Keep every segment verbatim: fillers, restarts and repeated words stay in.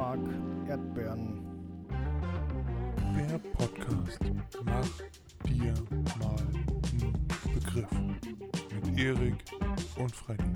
mag Erdbeeren. Der Podcast Mach dir mal einen Begriff mit Erik und Freddy.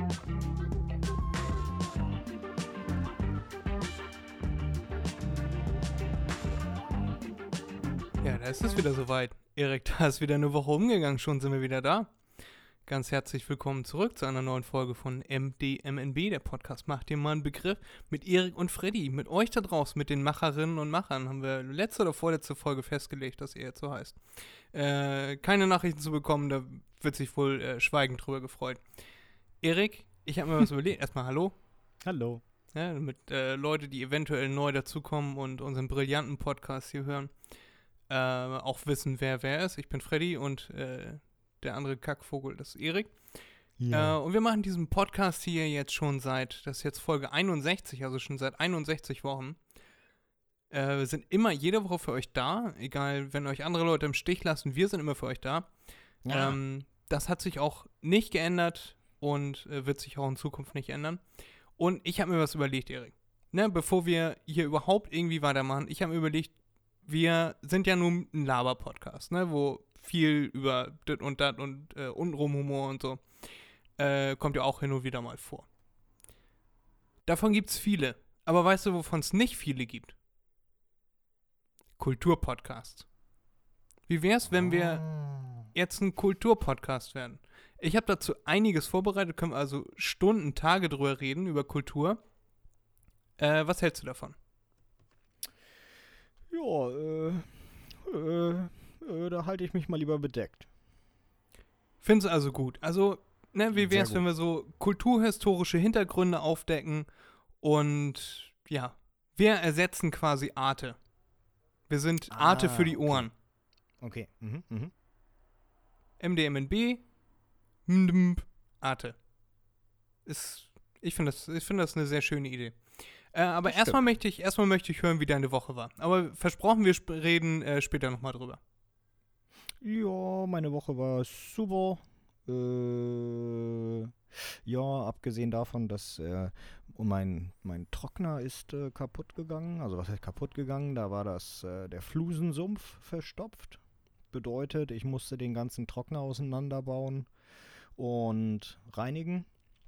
Ja, da ist es wieder soweit. Erik, da ist wieder eine Woche umgegangen, schon sind wir wieder da. Ganz herzlich willkommen zurück zu einer neuen Folge von M D M N B, der Podcast Macht dir mal einen Begriff mit Erik und Freddy. Mit euch da draußen, mit den Macherinnen und Machern, haben wir letzte oder vorletzte Folge festgelegt, dass ihr jetzt so heißt. Äh, keine Nachrichten zu bekommen, da wird sich wohl äh, schweigend drüber gefreut. Erik, ich habe mir was überlegt. Erstmal hallo. Hallo. Ja, mit äh, Leute, die eventuell neu dazukommen und unseren brillanten Podcast hier hören, äh, auch wissen, wer wer ist. Ich bin Freddy und äh, der andere Kackvogel, das ist Erik. Ja. Äh, und wir machen diesen Podcast hier jetzt schon seit, das ist jetzt Folge einundsechzig, also schon seit einundsechzig Wochen. Äh, wir sind immer jede Woche für euch da, egal, wenn euch andere Leute im Stich lassen, wir sind immer für euch da. Ja. Ähm, das hat sich auch nicht geändert und äh, wird sich auch in Zukunft nicht ändern. Und ich habe mir was überlegt, Erik. Ne, bevor wir hier überhaupt irgendwie weitermachen, ich habe mir überlegt, wir sind ja nun ein Laber-Podcast, ne, wo viel über dit und dat und äh, untenrum Humor und so äh, kommt ja auch hin und wieder mal vor. Davon gibt's viele. Aber weißt du, wovon es nicht viele gibt? Kulturpodcasts. Wie wär's, wenn wir jetzt ein Kulturpodcast werden? Ich habe dazu einiges vorbereitet, können wir also Stunden, Tage drüber reden, über Kultur. Äh, was hältst du davon? Ja, äh, äh, äh, da halte ich mich mal lieber bedeckt. Findest du also gut? Also, ne, wie wär's, Sehr gut. wenn wir so kulturhistorische Hintergründe aufdecken und, ja, wir ersetzen quasi Arte. Wir sind Ah, Arte für die okay. Ohren. Okay, mhm, mhm. M D M N B, M D M B, Arte. Ist, ich finde das, ich finde das eine sehr schöne Idee. Äh, aber Das erstmal möchte ich, erstmal möchte ich hören, wie deine Woche war. Aber versprochen, wir sp- reden äh, später nochmal drüber. Ja, meine Woche war super. Äh, ja, abgesehen davon, dass äh, mein, mein Trockner ist äh, kaputt gegangen. Also was heißt kaputt gegangen? Da war das äh, der Flusensumpf verstopft. Bedeutet, ich musste den ganzen Trockner auseinanderbauen und reinigen.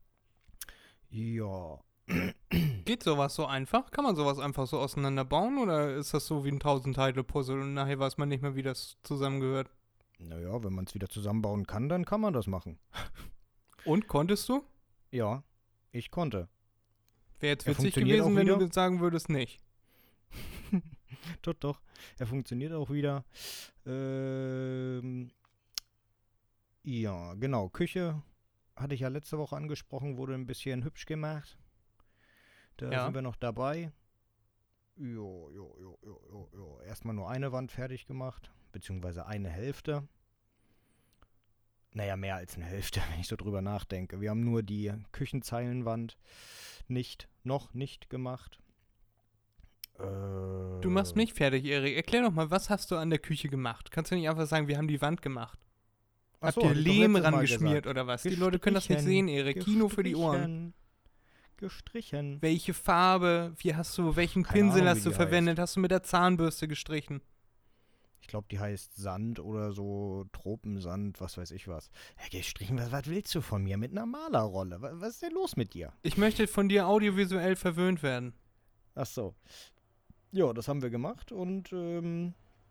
Ja. Geht sowas so einfach? Kann man sowas einfach so auseinanderbauen oder ist das so wie ein Tausend-Teile-Puzzle und nachher weiß man nicht mehr, wie das zusammengehört? Naja, wenn man es wieder zusammenbauen kann, dann kann man das machen. Und, konntest du? Ja, ich konnte. Wäre jetzt Er witzig funktioniert gewesen, auch wenn du wieder? ge- sagen würdest, nicht. Doch, doch. Er funktioniert auch wieder. Ähm, ja, genau. Küche hatte ich ja letzte Woche angesprochen, wurde ein bisschen hübsch gemacht. Da Ja. sind wir noch dabei. Jo, jo, jo, jo, jo, jo. Erstmal nur eine Wand fertig gemacht, beziehungsweise eine Hälfte. Naja, mehr als eine Hälfte, wenn ich so drüber nachdenke. Wir haben nur die Küchenzeilenwand nicht, noch nicht gemacht. Äh, Du machst mich fertig, Erik. Erklär doch mal, was hast du an der Küche gemacht? Kannst du nicht einfach sagen, wir haben die Wand gemacht? Ach Habt so, ihr hab ich doch Lehm letztes Mal rangeschmiert gesagt. oder was? Die Leute können das nicht Gestrichen, sehen, Erik. Kino für die Ohren. Gestrichen. Gestrichen. Welche Farbe? Wie hast du, welchen Keine Pinsel Ahnung, hast wie du die verwendet? Hast du mit der Zahnbürste gestrichen? Ich glaube, die heißt Sand oder so, Tropensand, was weiß ich was. Ja, gestrichen, was, was willst du von mir? Mit einer Malerrolle. Was, was ist denn los mit dir? Ich möchte von dir audiovisuell verwöhnt werden. Ach so. Ja, das haben wir gemacht und, ähm,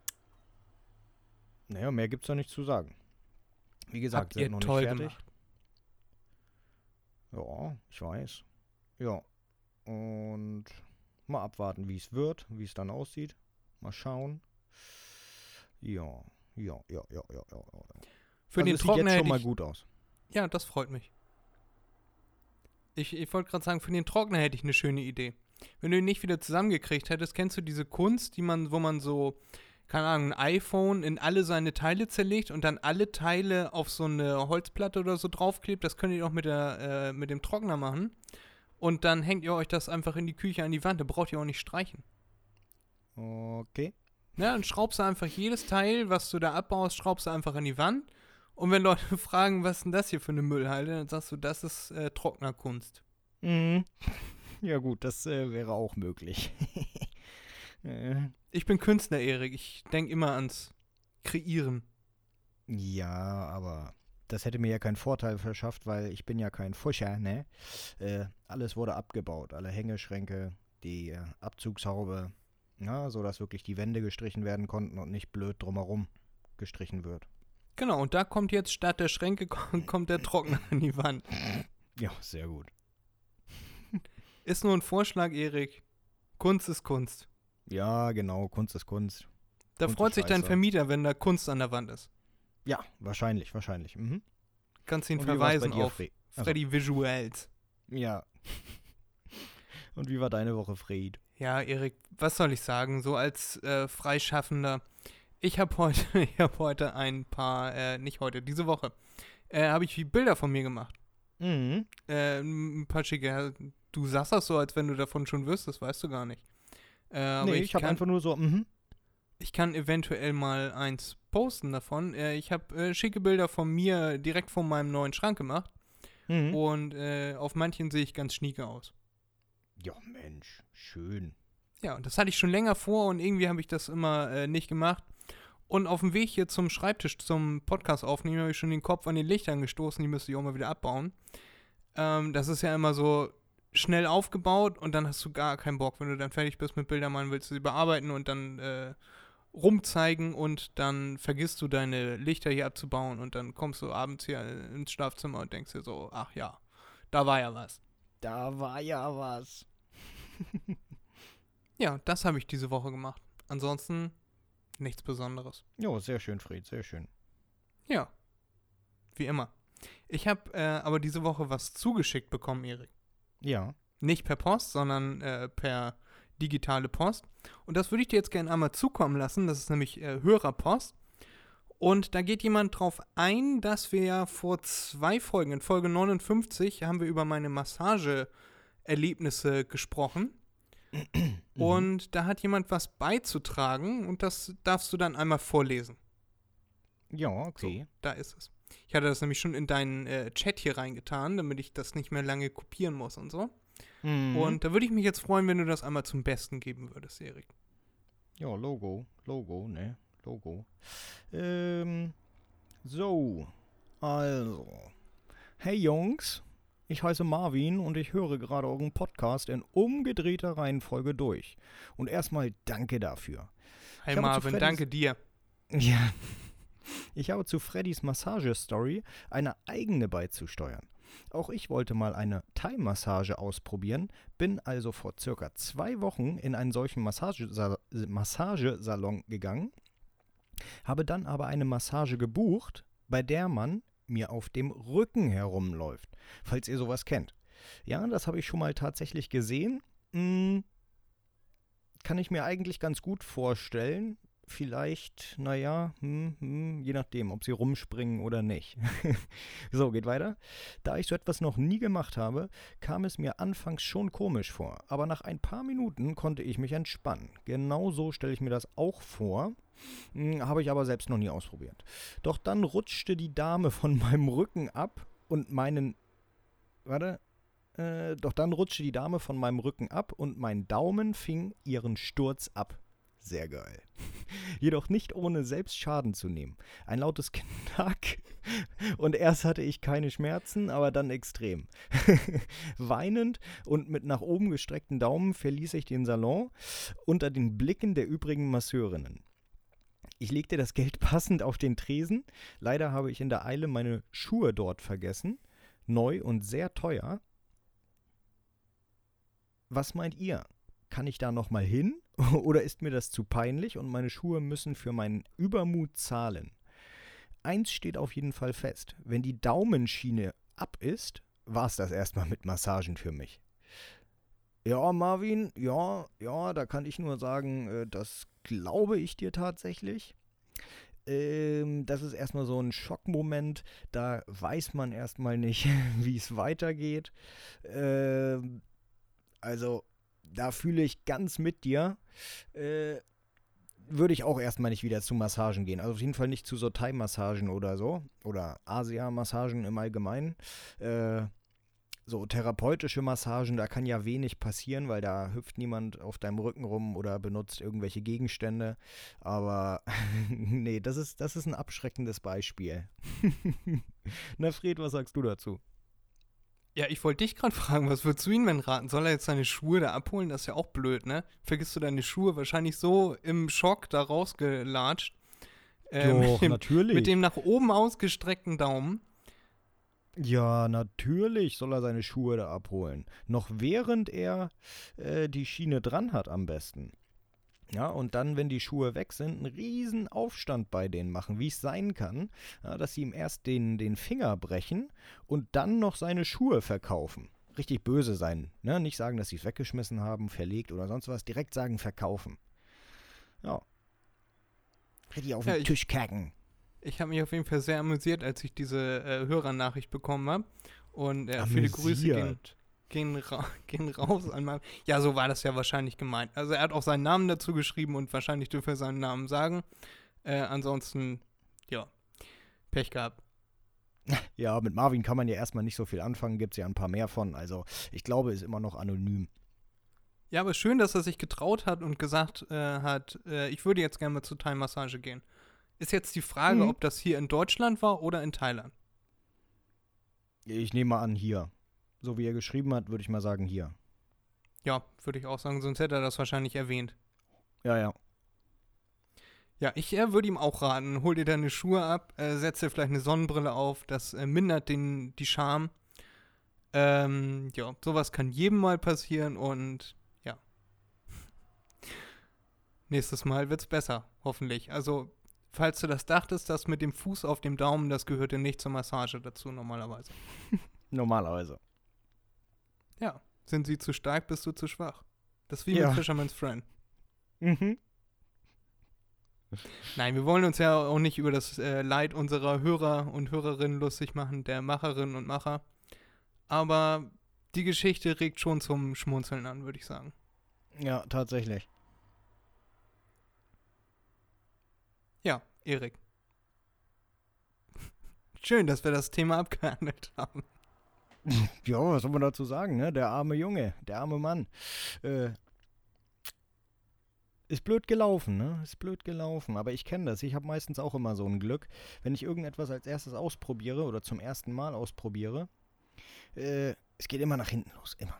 naja, mehr gibt's da nicht zu sagen. Wie gesagt, Habt sind ihr noch toll nicht fertig. gemacht. Ja, ich weiß. Ja. Und mal abwarten, wie es wird, wie es dann aussieht. Mal schauen. Ja, ja, ja, ja, ja, ja. ja. Für also den es sieht Trockner jetzt schon hätte mal ich, gut aus. Ja, das freut mich. Ich, ich wollte gerade sagen, für den Trockner hätte ich eine schöne Idee. Wenn du ihn nicht wieder zusammengekriegt hättest, kennst du diese Kunst, die man, wo man so, keine Ahnung, ein iPhone in alle seine Teile zerlegt und dann alle Teile auf so eine Holzplatte oder so draufklebt? Das könnt ihr auch mit, der, äh, mit dem Trockner machen. Und dann hängt ihr euch das einfach in die Küche an die Wand. Da braucht ihr auch nicht streichen. Okay. Ja, dann schraubst du einfach jedes Teil, was du da abbaust, schraubst du einfach an die Wand. Und wenn Leute fragen, was ist denn das hier für eine Müllhalde, dann sagst du, das ist äh, Trocknerkunst. Mhm. Ja gut, das äh, wäre auch möglich. äh, Ich bin Künstler, Erik. Ich denke immer ans Kreieren. ja, aber das hätte mir ja keinen Vorteil verschafft, weil ich bin ja kein Fuscher, ne? Äh, alles wurde abgebaut, alle Hängeschränke, die äh, Abzugshaube, ja, sodass wirklich die Wände gestrichen werden konnten und nicht blöd drumherum gestrichen wird. Genau, und da kommt jetzt statt der Schränke kommt der Trockner an die Wand. Ja, sehr gut. Ist nur ein Vorschlag, Erik. Kunst ist Kunst. Ja, genau, Kunst ist Kunst. Da Kunst freut ist sich dein scheiße. Vermieter, wenn da Kunst an der Wand ist. Ja, wahrscheinlich, wahrscheinlich. Mhm. Kannst ihn Und wie war's bei verweisen dir, auf Fred? Also, Freddy Visuals. ja. Und wie war deine Woche, Fred? Ja, Erik, was soll ich sagen? So als äh, Freischaffender. Ich habe heute, ich habe heute ein paar, äh, nicht heute, diese Woche, äh, habe ich Bilder von mir gemacht. Mhm. Äh, ein paar schicke. Du sagst das so, als wenn du davon schon wüsstest, weißt du gar nicht. Äh, aber Nee, ich, ich habe kann, einfach nur so, mhm. ich kann eventuell mal eins posten davon. Äh, ich habe äh, schicke Bilder von mir direkt von meinem neuen Schrank gemacht. Mhm. Und äh, auf manchen sehe ich ganz schnieke aus. Ja, Mensch, schön. Ja, und das hatte ich schon länger vor und irgendwie habe ich das immer äh, nicht gemacht. Und auf dem Weg hier zum Schreibtisch, zum Podcast aufnehmen, habe ich schon den Kopf an den Lichtern gestoßen, die müsste ich auch mal wieder abbauen. Ähm, das ist ja immer so schnell aufgebaut und dann hast du gar keinen Bock. Wenn du dann fertig bist mit Bildern malen, willst du sie bearbeiten und dann äh, rumzeigen und dann vergisst du deine Lichter hier abzubauen und dann kommst du abends hier ins Schlafzimmer und denkst dir so, ach ja, da war ja was. Da war ja was. Ja, das habe ich diese Woche gemacht. Ansonsten nichts Besonderes. Jo, sehr schön, Fred, sehr schön. Ja, wie immer. Ich habe äh, aber diese Woche was zugeschickt bekommen, Erik. Ja. Nicht per Post, sondern äh, per digitale Post. Und das würde ich dir jetzt gerne einmal zukommen lassen. Das ist nämlich äh, Hörerpost. Und da geht jemand drauf ein, dass wir ja vor zwei Folgen, in Folge neunundfünfzig, haben wir über meine Massageerlebnisse gesprochen. Und da hat jemand was beizutragen und das darfst du dann einmal vorlesen. Ja, okay. So, da ist es. Ich hatte das nämlich schon in deinen äh, Chat hier reingetan, damit ich das nicht mehr lange kopieren muss und so. Mhm. Und da würde ich mich jetzt freuen, wenn du das einmal zum Besten geben würdest, Erik. Ja, Logo, Logo, ne, Logo. Ähm, so, also. Hey Jungs, ich heiße Marvin und ich höre gerade euren Podcast in umgedrehter Reihenfolge durch. Und erstmal danke dafür. Hi Ich habe zu Marvin, Freddys- danke dir. Ja. Ich habe zu Freddys Massagestory eine eigene beizusteuern. Auch ich wollte mal eine Thai-Massage ausprobieren, bin also vor circa zwei Wochen in einen solchen Massagesa- Massagesalon gegangen, habe dann aber eine Massage gebucht, bei der man mir auf dem Rücken herumläuft, falls ihr sowas kennt. Ja, das habe ich schon mal tatsächlich gesehen. Hm, kann ich mir eigentlich ganz gut vorstellen. Vielleicht, naja, hm, hm, je nachdem, ob sie rumspringen oder nicht. So, geht weiter. Da ich so etwas noch nie gemacht habe, kam es mir anfangs schon komisch vor. Aber nach ein paar Minuten konnte ich mich entspannen. Genau so stelle ich mir das auch vor. Hm, habe ich aber selbst noch nie ausprobiert. Doch dann rutschte die Dame von meinem Rücken ab und meinen... Warte. Äh, doch dann rutschte die Dame von meinem Rücken ab und mein Daumen fing ihren Sturz ab. Sehr geil. Jedoch nicht ohne selbst Schaden zu nehmen. Ein lautes Knack und erst hatte ich keine Schmerzen, aber dann extrem. Weinend und mit nach oben gestreckten Daumen verließ ich den Salon unter den Blicken der übrigen Masseurinnen. Ich legte das Geld passend auf den Tresen. Leider habe ich in der Eile meine Schuhe dort vergessen. Neu und sehr teuer. Was meint ihr? Kann ich da nochmal hin? Oder ist mir das zu peinlich und meine Schuhe müssen für meinen Übermut zahlen? Eins steht auf jeden Fall fest. Wenn die Daumenschiene ab ist, war es das erstmal mit Massagen für mich. Ja, Marvin, ja, ja, da kann ich nur sagen, äh, das glaube ich dir tatsächlich. Ähm, das ist erstmal so ein Schockmoment. Da weiß man erstmal nicht, wie es weitergeht. Ähm, also... Da fühle ich ganz mit dir. Äh, würde ich auch erstmal nicht wieder zu Massagen gehen. Also auf jeden Fall nicht zu so Thai-Massagen oder so. Oder Asia-Massagen im Allgemeinen. Äh, so therapeutische Massagen, da kann ja wenig passieren, weil da hüpft niemand auf deinem Rücken rum oder benutzt irgendwelche Gegenstände. Aber nee, das ist, das ist ein abschreckendes Beispiel. Na Fred, was sagst du dazu? Ja, ich wollte dich gerade fragen, was würdest du ihm denn raten? Soll er jetzt seine Schuhe da abholen? Das ist ja auch blöd, ne? Vergisst du deine Schuhe wahrscheinlich so im Schock da rausgelatscht. Äh, Doch, mit dem, natürlich. Mit dem nach oben ausgestreckten Daumen. Ja, natürlich soll er seine Schuhe da abholen. Noch während er äh, die Schiene dran hat am besten. Ja, und dann, wenn die Schuhe weg sind, einen riesen Aufstand bei denen machen, wie es sein kann, ja, dass sie ihm erst den, den Finger brechen und dann noch seine Schuhe verkaufen. Richtig böse sein, ne? Nicht sagen, dass sie es weggeschmissen haben, verlegt oder sonst was, direkt sagen verkaufen. Ja. Richtig auf Ja, den ich- Tisch kacken. Ich habe mich auf jeden Fall sehr amüsiert, als ich diese äh, Hörernachricht bekommen habe. Und äh, viele Grüße gehen, Amüsiert. gehen, ra gehen raus an meinem. Ja, so war das ja wahrscheinlich gemeint. Also er hat auch seinen Namen dazu geschrieben und wahrscheinlich dürfe er seinen Namen sagen. Äh, ansonsten, ja, Pech gehabt. Ja, mit Marvin kann man ja erstmal nicht so viel anfangen, gibt es ja ein paar mehr von. Also ich glaube, ist immer noch anonym. Ja, aber schön, dass er sich getraut hat und gesagt äh, hat, äh, ich würde jetzt gerne mal zur Thai-Massage gehen. Ist jetzt die Frage, Mhm. ob das hier in Deutschland war oder in Thailand. Ich nehme mal an, hier. So wie er geschrieben hat, würde ich mal sagen, hier. Ja, würde ich auch sagen, sonst hätte er das wahrscheinlich erwähnt. Ja, ja. Ja, ich äh, würde ihm auch raten, hol dir deine Schuhe ab, äh, setz dir vielleicht eine Sonnenbrille auf, das äh, mindert den, die Scham. Ähm, ja, sowas kann jedem mal passieren und ja. Nächstes Mal wird's besser, hoffentlich. Also, falls du das dachtest, das mit dem Fuß auf dem Daumen, das gehörte nicht zur Massage dazu normalerweise. Normalerweise. Ja, sind sie zu stark, bist du zu schwach. Das ist wie Ja. mit Fisherman's Friend. Mhm. Nein, wir wollen uns ja auch nicht über das äh, Leid unserer Hörer und Hörerinnen lustig machen, der Macherinnen und Macher. Aber die Geschichte regt schon zum Schmunzeln an, würde ich sagen. Ja, tatsächlich. Ja, Erik. Schön, dass wir das Thema abgehandelt haben. Ja, was soll man dazu sagen, ne? Der arme Junge, der arme Mann. Äh, ist blöd gelaufen, ne? Ist blöd gelaufen. Aber ich kenne das. Ich habe meistens auch immer so ein Glück. Wenn ich irgendetwas als erstes ausprobiere oder zum ersten Mal ausprobiere, äh, es geht immer nach hinten los. Immer.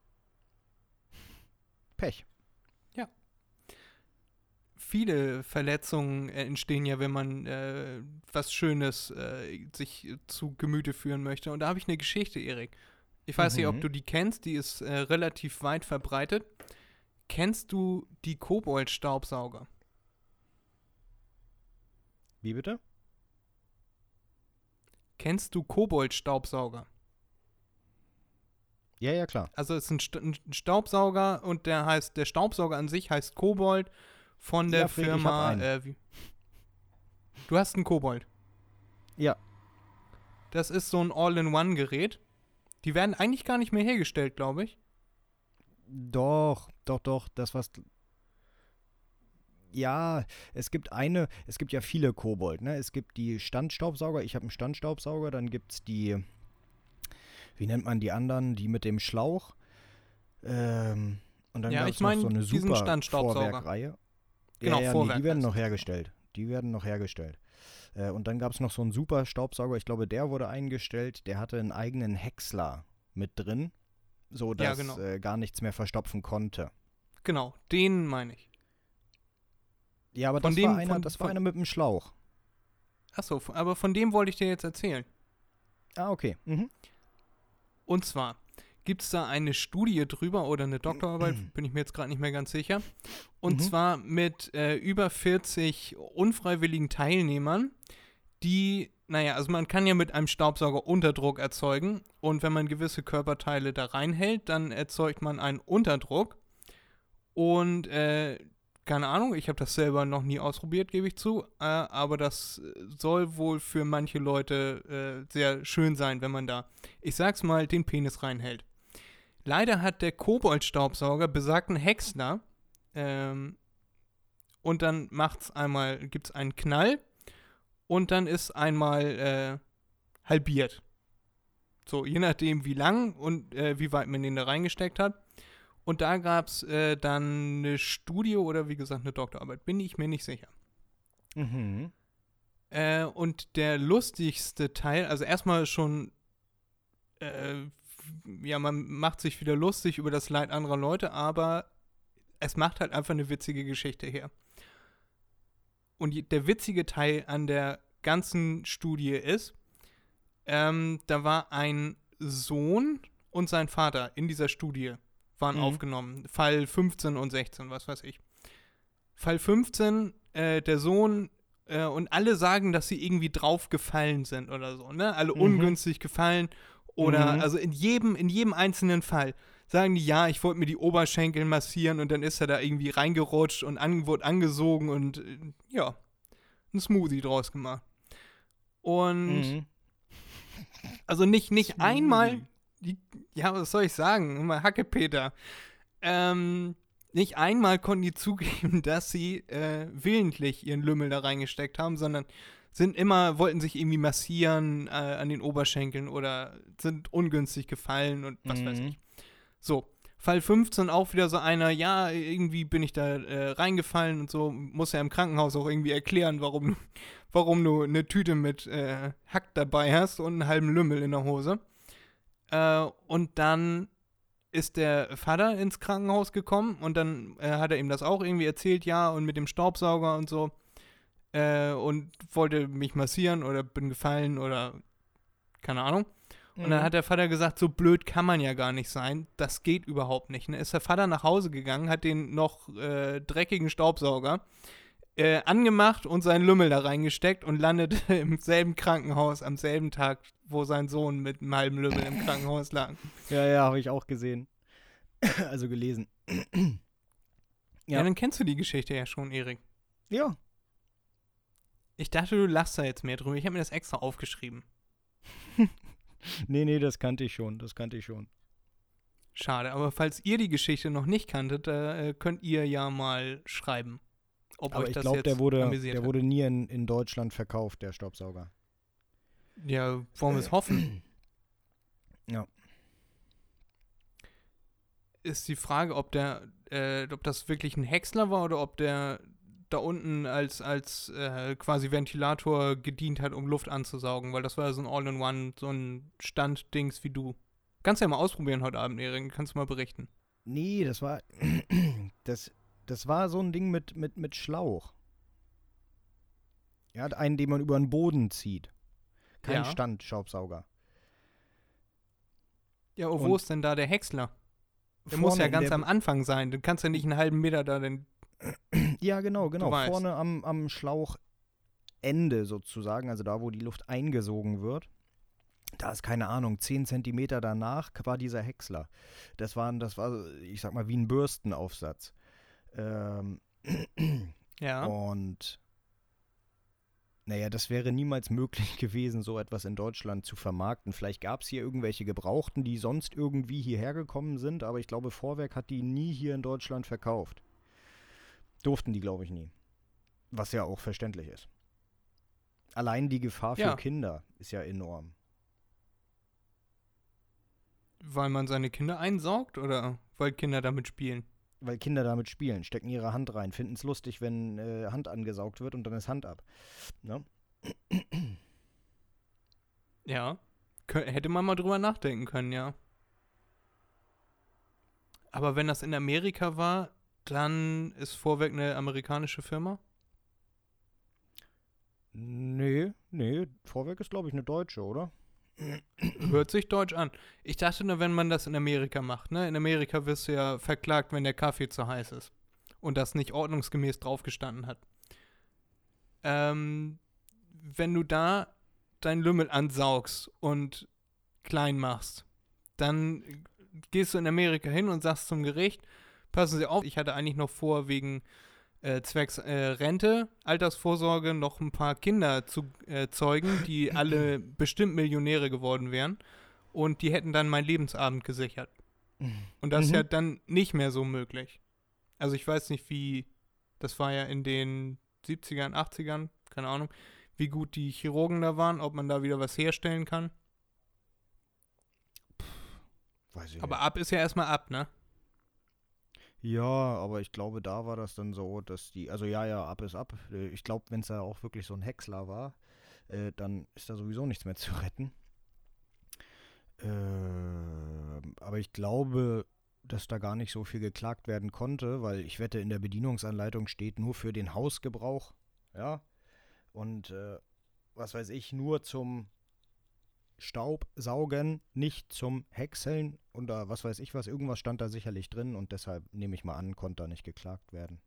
Pech. Viele Verletzungen äh, entstehen ja, wenn man äh, was Schönes äh, sich äh, zu Gemüte führen möchte. Und da habe ich eine Geschichte, Erik. Ich weiß nicht, ob Mhm. du die kennst, die ist äh, relativ weit verbreitet. Kennst du die Kobold-Staubsauger? Wie bitte? Kennst du Kobold-Staubsauger? Ja, ja, klar. Also es ist ein, Sta ein Staubsauger und der heißt, der Staubsauger an sich heißt Kobold von der Ja, Fred, ich hab Firma. einen. Äh, wie? Du hast einen Kobold. Ja. Das ist so ein All-in-One-Gerät. Die werden eigentlich gar nicht mehr hergestellt, glaube ich. Doch, doch, doch, das was. Ja, es gibt eine, es gibt ja viele Kobold, ne? Es gibt die Standstaubsauger, ich habe einen Standstaubsauger, dann gibt es die, wie nennt man die anderen, die mit dem Schlauch. Ähm, und dann Ja, gab ich es noch mein so eine diesen super Standstaubsauger. Vorwerkreihe. Genau, ja, ja, Vorwerk nee, die werden heißt noch das. hergestellt. Die werden noch hergestellt. Äh, und dann gab es noch so einen super Staubsauger, ich glaube, der wurde eingestellt, der hatte einen eigenen Häcksler mit drin, so Ja, dass genau. äh, gar nichts mehr verstopfen konnte. Genau, den meine ich. Ja, aber Von das dem- war einer, von- das war von- einer mit dem Schlauch. Achso, f- aber von dem wollte ich dir jetzt erzählen. Ah, okay. Mhm. Und zwar gibt es da eine Studie drüber oder eine Doktorarbeit, bin ich mir jetzt gerade nicht mehr ganz sicher. Und Mhm. zwar mit äh, über vierzig unfreiwilligen Teilnehmern, die, naja, also man kann ja mit einem Staubsauger Unterdruck erzeugen und wenn man gewisse Körperteile da reinhält, dann erzeugt man einen Unterdruck. Und, äh, keine Ahnung, ich habe das selber noch nie ausprobiert, gebe ich zu, äh, aber das äh, soll wohl für manche Leute äh, sehr schön sein, wenn man da, ich sag's mal, den Penis reinhält. Leider hat der Kobold-Staubsauger besagten Häcksler ähm, und dann macht's einmal, gibt's einen Knall und dann ist einmal äh, halbiert. So, je nachdem wie lang und äh, wie weit man den da reingesteckt hat. Und da gab es äh, dann eine Studie oder wie gesagt eine Doktorarbeit, bin ich mir nicht sicher. Mhm. Äh, und der lustigste Teil, also erstmal schon, äh, ja, man macht sich wieder lustig über das Leid anderer Leute, aber es macht halt einfach eine witzige Geschichte her. Und je- der witzige Teil an der ganzen Studie ist, ähm, da war ein Sohn und sein Vater in dieser Studie waren Mhm. aufgenommen. Fall fünfzehn und sechzehn, was weiß ich. Fall fünfzehn, äh, der Sohn äh, und alle sagen, dass sie irgendwie draufgefallen sind oder so, ne? Alle Mhm. ungünstig gefallen oder, Mhm. also in jedem, in jedem einzelnen Fall sagen die, ja, ich wollte mir die Oberschenkel massieren und dann ist er da irgendwie reingerutscht und an, wurde angesogen und äh, ja, ein Smoothie draus gemacht. Und Mhm. also nicht, nicht Smoothie. einmal, die, ja, was soll ich sagen, immer Hackepeter. Ähm, nicht einmal konnten die zugeben, dass sie äh, willentlich ihren Lümmel da reingesteckt haben, sondern sind immer, wollten sich irgendwie massieren äh, an den Oberschenkeln oder sind ungünstig gefallen und was weiß Mhm. ich. So, Fall fünfzehn auch wieder so einer, ja, irgendwie bin ich da äh, reingefallen und so, muss ja im Krankenhaus auch irgendwie erklären, warum, warum du eine Tüte mit äh, Hack dabei hast und einen halben Lümmel in der Hose. Äh, und dann ist der Vater ins Krankenhaus gekommen und dann äh, hat er ihm das auch irgendwie erzählt, ja, und mit dem Staubsauger und so. Äh, und wollte mich massieren oder bin gefallen oder keine Ahnung. Und dann Mhm. hat der Vater gesagt, so blöd kann man ja gar nicht sein. Das geht überhaupt nicht. Dann ist der Vater nach Hause gegangen, hat den noch äh, dreckigen Staubsauger äh, angemacht und seinen Lümmel da reingesteckt und landete im selben Krankenhaus am selben Tag, wo sein Sohn mit einem halben Lümmel im Krankenhaus lag. Ja, ja, habe ich auch gesehen. Also gelesen. Ja. Ja. Dann kennst du die Geschichte ja schon, Erik. Ja. Ich dachte, du lachst da jetzt mehr drüber. Ich habe mir das extra aufgeschrieben. Nee, nee, das kannte ich schon. Das kannte ich schon. Schade, aber falls ihr die Geschichte noch nicht kanntet, äh, könnt ihr ja mal schreiben, ob Aber euch ich das glaube, jetzt der wurde, amüsiert der hat. wurde nie in, in Deutschland verkauft, der Staubsauger. Ja, wollen wir es hoffen. Ja. Ist die Frage, ob der, äh, ob das wirklich ein Häcksler war oder ob der da unten als, als äh, quasi Ventilator gedient hat, um Luft anzusaugen, weil das war ja so ein All-in-One, so ein Standdings wie du. Kannst ja mal ausprobieren heute Abend, Erik, kannst du mal berichten. Nee, das war. Das, das war so ein Ding mit, mit, mit Schlauch. Ja, einen, den man über den Boden zieht. Kein Ja. Standstaubsauger. Ja, und wo Und ist denn da der Häcksler? Der Vorne muss ja in ganz der- am Anfang sein. Du kannst ja nicht einen halben Meter da den. Ja, genau, genau. weißt. Vorne am, am Schlauchende sozusagen, also da, wo die Luft eingesogen wird. Da ist, keine Ahnung, zehn Zentimeter danach war dieser Häcksler. Das, waren, das war, ich sag mal, wie ein Bürstenaufsatz. Ähm, Ja. Und naja, das wäre niemals möglich gewesen, so etwas in Deutschland zu vermarkten. Vielleicht gab es hier irgendwelche Gebrauchten, die sonst irgendwie hierher gekommen sind, aber ich glaube, Vorwerk hat die nie hier in Deutschland verkauft. Durften die, glaube ich, nie. Was ja auch verständlich ist. Allein die Gefahr für Ja. Kinder ist ja enorm. Weil man seine Kinder einsaugt oder weil Kinder damit spielen? Weil Kinder damit spielen, stecken ihre Hand rein, finden es lustig, wenn äh, Hand angesaugt wird und dann ist Hand ab. Ne? Ja. Kö- hätte man mal drüber nachdenken können, ja. Aber wenn das in Amerika war, dann ist Vorwerk eine amerikanische Firma? Nee, nee, Vorwerk ist, glaube ich, eine deutsche, oder? Hört sich deutsch an. Ich dachte nur, wenn man das in Amerika macht, ne? In Amerika wirst du ja verklagt, wenn der Kaffee zu heiß ist. Und das nicht ordnungsgemäß draufgestanden hat. Ähm, wenn du da dein Lümmel ansaugst und klein machst, dann gehst du in Amerika hin und sagst zum Gericht, passen Sie auf, ich hatte eigentlich noch vor, wegen äh, zwecks äh, Rente, Altersvorsorge noch ein paar Kinder zu äh, zeugen, die alle bestimmt Millionäre geworden wären und die hätten dann meinen Lebensabend gesichert. Und das ist Mhm. ja dann nicht mehr so möglich. Also ich weiß nicht, wie, das war ja in den siebzigern, achtzigern, keine Ahnung, wie gut die Chirurgen da waren, ob man da wieder was herstellen kann. Weiß ich Aber nicht. ab ist ja erstmal ab, ne? Ja, aber ich glaube, da war das dann so, dass die, also ja, ja, ab ist ab. Äh, Ich glaube, wenn es da auch wirklich so ein Häcksler war, äh, dann ist da sowieso nichts mehr zu retten. Ähm, aber ich glaube, dass da gar nicht so viel geklagt werden konnte, weil ich wette, in der Bedienungsanleitung steht nur für den Hausgebrauch, ja, und äh, was weiß ich, nur zum Staubsaugen, nicht zum Häckseln oder was weiß ich was, irgendwas stand da sicherlich drin und deshalb nehme ich mal an, konnte da nicht geklagt werden.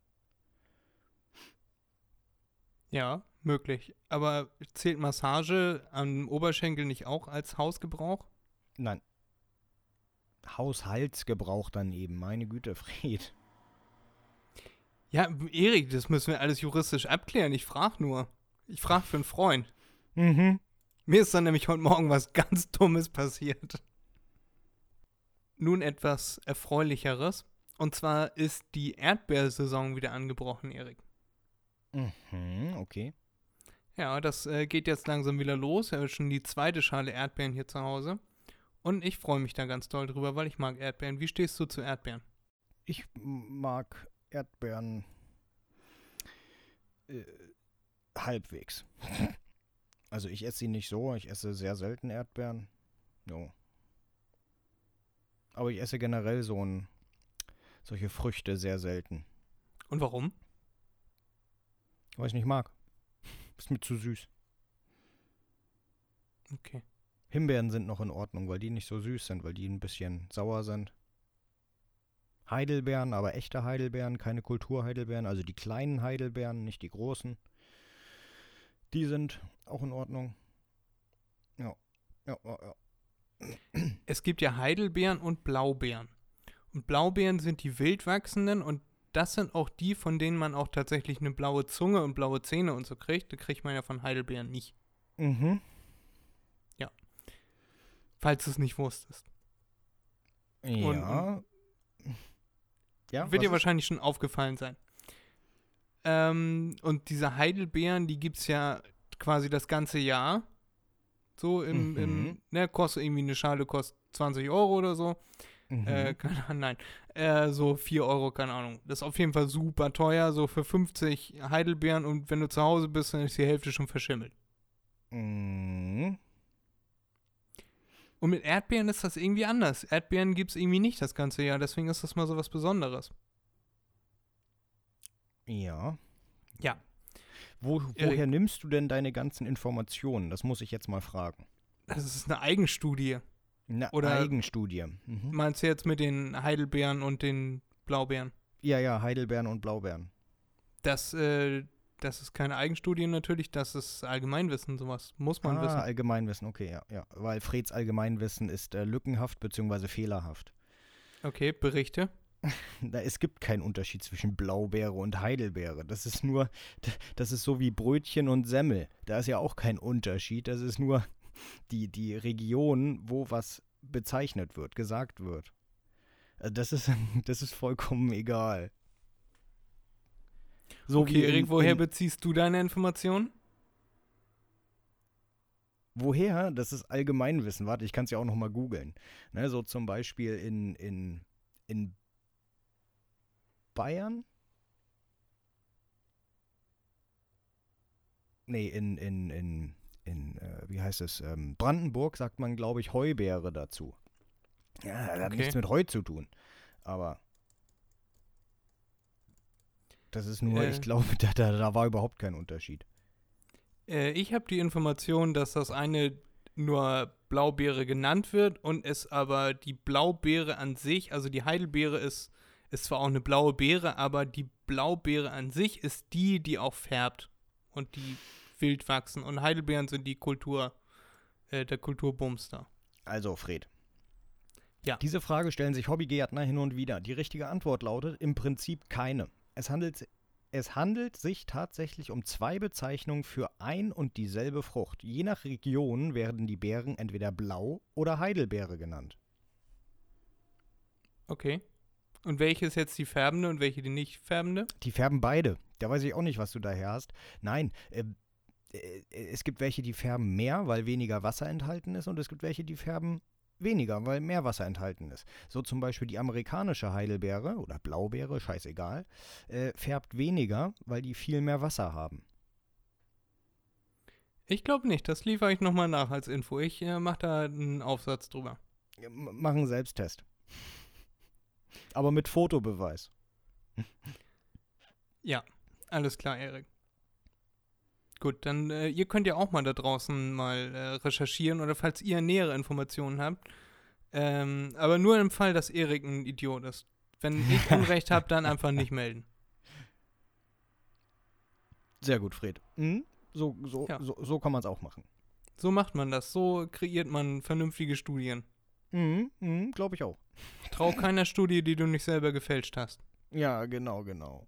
Ja, möglich. Aber zählt Massage am Oberschenkel nicht auch als Hausgebrauch? Nein. Haushaltsgebrauch dann eben, meine Güte, Fred. Ja, Erik, das müssen wir alles juristisch abklären. Ich frage nur. Ich frage für einen Freund. Mhm. Mir ist dann nämlich heute Morgen was ganz Dummes passiert. Nun etwas Erfreulicheres. Und zwar ist die Erdbeersaison wieder angebrochen, Erik. Mhm, okay. Ja, das äh, geht jetzt langsam wieder los. Ich habe schon die zweite Schale Erdbeeren hier zu Hause. Und ich freue mich da ganz doll drüber, weil ich mag Erdbeeren. Wie stehst du zu Erdbeeren? Ich mag Erdbeeren äh, halbwegs. Also ich esse sie nicht so, ich esse sehr selten Erdbeeren. No. Aber ich esse generell so ein, solche Früchte sehr selten. Und warum? Weil ich nicht mag. Ist mir zu süß. Okay. Himbeeren sind noch in Ordnung, weil die nicht so süß sind, weil die ein bisschen sauer sind. Heidelbeeren, aber echte Heidelbeeren, keine Kulturheidelbeeren, also die kleinen Heidelbeeren, nicht die großen. Die sind auch in Ordnung. Ja, ja, ja, ja. Es gibt ja Heidelbeeren und Blaubeeren. Und Blaubeeren sind die wild wachsenden und das sind auch die, von denen man auch tatsächlich eine blaue Zunge und blaue Zähne und so kriegt. Die kriegt man ja von Heidelbeeren nicht. Mhm. Falls du es nicht wusstest. Ja. Und, und ja, wird dir was ist- wahrscheinlich schon aufgefallen sein. Ähm, und diese Heidelbeeren, die gibt es ja quasi das ganze Jahr. So im, Mhm. im ne, kostet irgendwie eine Schale, kostet zwanzig Euro oder so. Mhm. Äh, keine Ahnung, nein. Äh, so vier Euro, keine Ahnung. Das ist auf jeden Fall super teuer, so für fünfzig Heidelbeeren und wenn du zu Hause bist, dann ist die Hälfte schon verschimmelt. Mhm. Und mit Erdbeeren ist das irgendwie anders. Erdbeeren gibt es irgendwie nicht das ganze Jahr, deswegen ist das mal so was Besonderes. Ja. Ja. Wo, Erik. woher nimmst du denn deine ganzen Informationen? Das muss ich jetzt mal fragen. Das ist eine Eigenstudie. Eine Oder- Eigenstudie. Mhm. Meinst du jetzt mit den Heidelbeeren und den Blaubeeren? Ja, ja, Heidelbeeren und Blaubeeren. Das, äh, das ist keine Eigenstudie natürlich, das ist Allgemeinwissen, sowas muss man ah, wissen. Allgemeinwissen, okay, ja, ja. Weil Freds Allgemeinwissen ist äh, lückenhaft bzw. fehlerhaft. Okay, Berichte. Da, es gibt keinen Unterschied zwischen Blaubeere und Heidelbeere. Das ist nur, das ist so wie Brötchen und Semmel. Da ist ja auch kein Unterschied. Das ist nur die, die Region, wo was bezeichnet wird, gesagt wird. Also das ist, das ist vollkommen egal. So Okay, wie in- Erik, woher in, beziehst du deine Informationen? Woher? Das ist Allgemeinwissen. Warte, ich kann es ja auch noch mal googeln. Ne, so zum Beispiel in, in, in Bayern? Nee, in, in, in, in äh, wie heißt es? Ähm, Brandenburg sagt man, glaube ich, Heubeere dazu. Ja, das hat Okay. nichts mit Heu zu tun. Aber das ist nur, Äh. ich glaube, da, da, da war überhaupt kein Unterschied. Äh, ich habe die Information, dass das eine nur Blaubeere genannt wird und es aber die Blaubeere an sich, also die Heidelbeere ist, ist zwar auch eine blaue Beere, aber die Blaubeere an sich ist die, die auch färbt und die wild wachsen. Und Heidelbeeren sind die Kultur, äh, der Kulturbums da. Also, Fred. Ja. Diese Frage stellen sich Hobbygärtner hin und wieder. Die richtige Antwort lautet im Prinzip keine. Es handelt, es handelt sich tatsächlich um zwei Bezeichnungen für ein und dieselbe Frucht. Je nach Region werden die Beeren entweder Blau- oder Heidelbeere genannt. Okay. Und welche ist jetzt die färbende und welche die nicht färbende? Die färben beide. Da weiß ich auch nicht, was du daher hast. Nein, äh, äh, es gibt welche, die färben mehr, weil weniger Wasser enthalten ist, und es gibt welche, die färben weniger, weil mehr Wasser enthalten ist. So zum Beispiel die amerikanische Heidelbeere oder Blaubeere, scheißegal, äh, färbt weniger, weil die viel mehr Wasser haben. Ich glaube nicht, das liefere ich nochmal nach als Info. Ich äh, mache da einen Aufsatz drüber. Ja, m- Machen einen Selbsttest. Aber mit Fotobeweis. Ja, alles klar, Erik. Gut, dann äh, ihr könnt ja auch mal da draußen mal äh, recherchieren oder falls ihr nähere Informationen habt. Ähm, aber nur im Fall, dass Erik ein Idiot ist. Wenn ich Unrecht habe, dann einfach nicht melden. Sehr gut, Fred. Mhm. So, so, Ja. so, so kann man es auch machen. So macht man das. So kreiert man vernünftige Studien. Mhm, mhm, glaube ich auch. Trau keiner Studie, die du nicht selber gefälscht hast. Ja, genau, genau.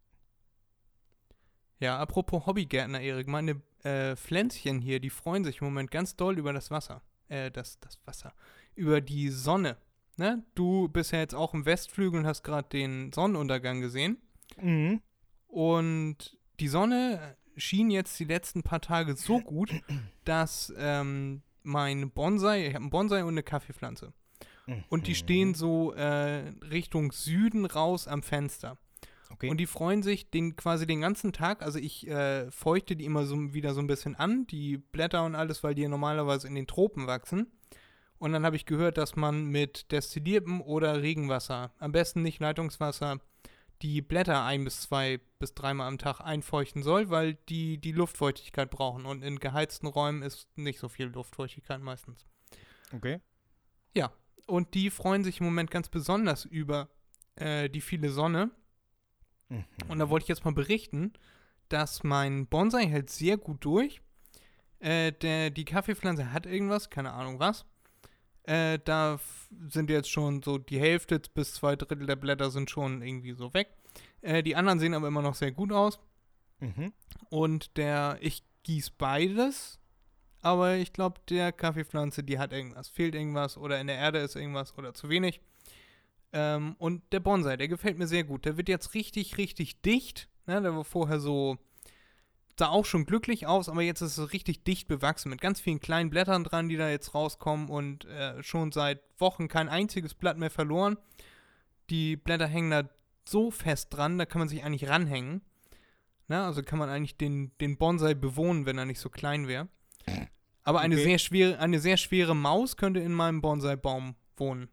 Ja, apropos Hobbygärtner, Erik, meine äh, Pflänzchen hier, die freuen sich im Moment ganz doll über das Wasser. Äh, das, das Wasser. Über die Sonne. Ne? Du bist ja jetzt auch im Westflügel und hast gerade den Sonnenuntergang gesehen. Mhm. Und die Sonne schien jetzt die letzten paar Tage so gut, dass ähm, mein Bonsai, ich habe einen Bonsai und eine Kaffeepflanze. Und die stehen so äh, Richtung Süden raus am Fenster. Okay. Und die freuen sich den quasi den ganzen Tag. Also ich äh, feuchte die immer so wieder so ein bisschen an, die Blätter und alles, weil die ja normalerweise in den Tropen wachsen. Und dann habe ich gehört, dass man mit destilliertem oder Regenwasser, am besten nicht Leitungswasser, die Blätter ein bis zwei bis dreimal am Tag einfeuchten soll, weil die die Luftfeuchtigkeit brauchen. Und in geheizten Räumen ist nicht so viel Luftfeuchtigkeit meistens. Okay. Ja, und die freuen sich im Moment ganz besonders über äh, die viele Sonne. Mhm. Und da wollte ich jetzt mal berichten, dass mein Bonsai hält sehr gut durch. Äh, der, die Kaffeepflanze hat irgendwas, keine Ahnung was. Äh, da f- sind jetzt schon so die Hälfte bis zwei Drittel der Blätter sind schon irgendwie so weg. Äh, die anderen sehen aber immer noch sehr gut aus. Mhm. Und der, ich gieße beides, aber ich glaube, der Kaffeepflanze, die hat irgendwas, fehlt irgendwas oder in der Erde ist irgendwas oder zu wenig. Ähm, und der Bonsai, der gefällt mir sehr gut. Der wird jetzt richtig, richtig dicht. Ne? Der war vorher so, sah auch schon glücklich aus, aber jetzt ist es so richtig dicht bewachsen mit ganz vielen kleinen Blättern dran, die da jetzt rauskommen und äh, schon seit Wochen kein einziges Blatt mehr verloren. Die Blätter hängen da so fest dran, da kann man sich eigentlich ranhängen. Ne? Also kann man eigentlich den, den Bonsai bewohnen, wenn er nicht so klein wäre. Aber eine, Okay. sehr schwere, eine sehr schwere Maus könnte in meinem Bonsai-Baum wohnen.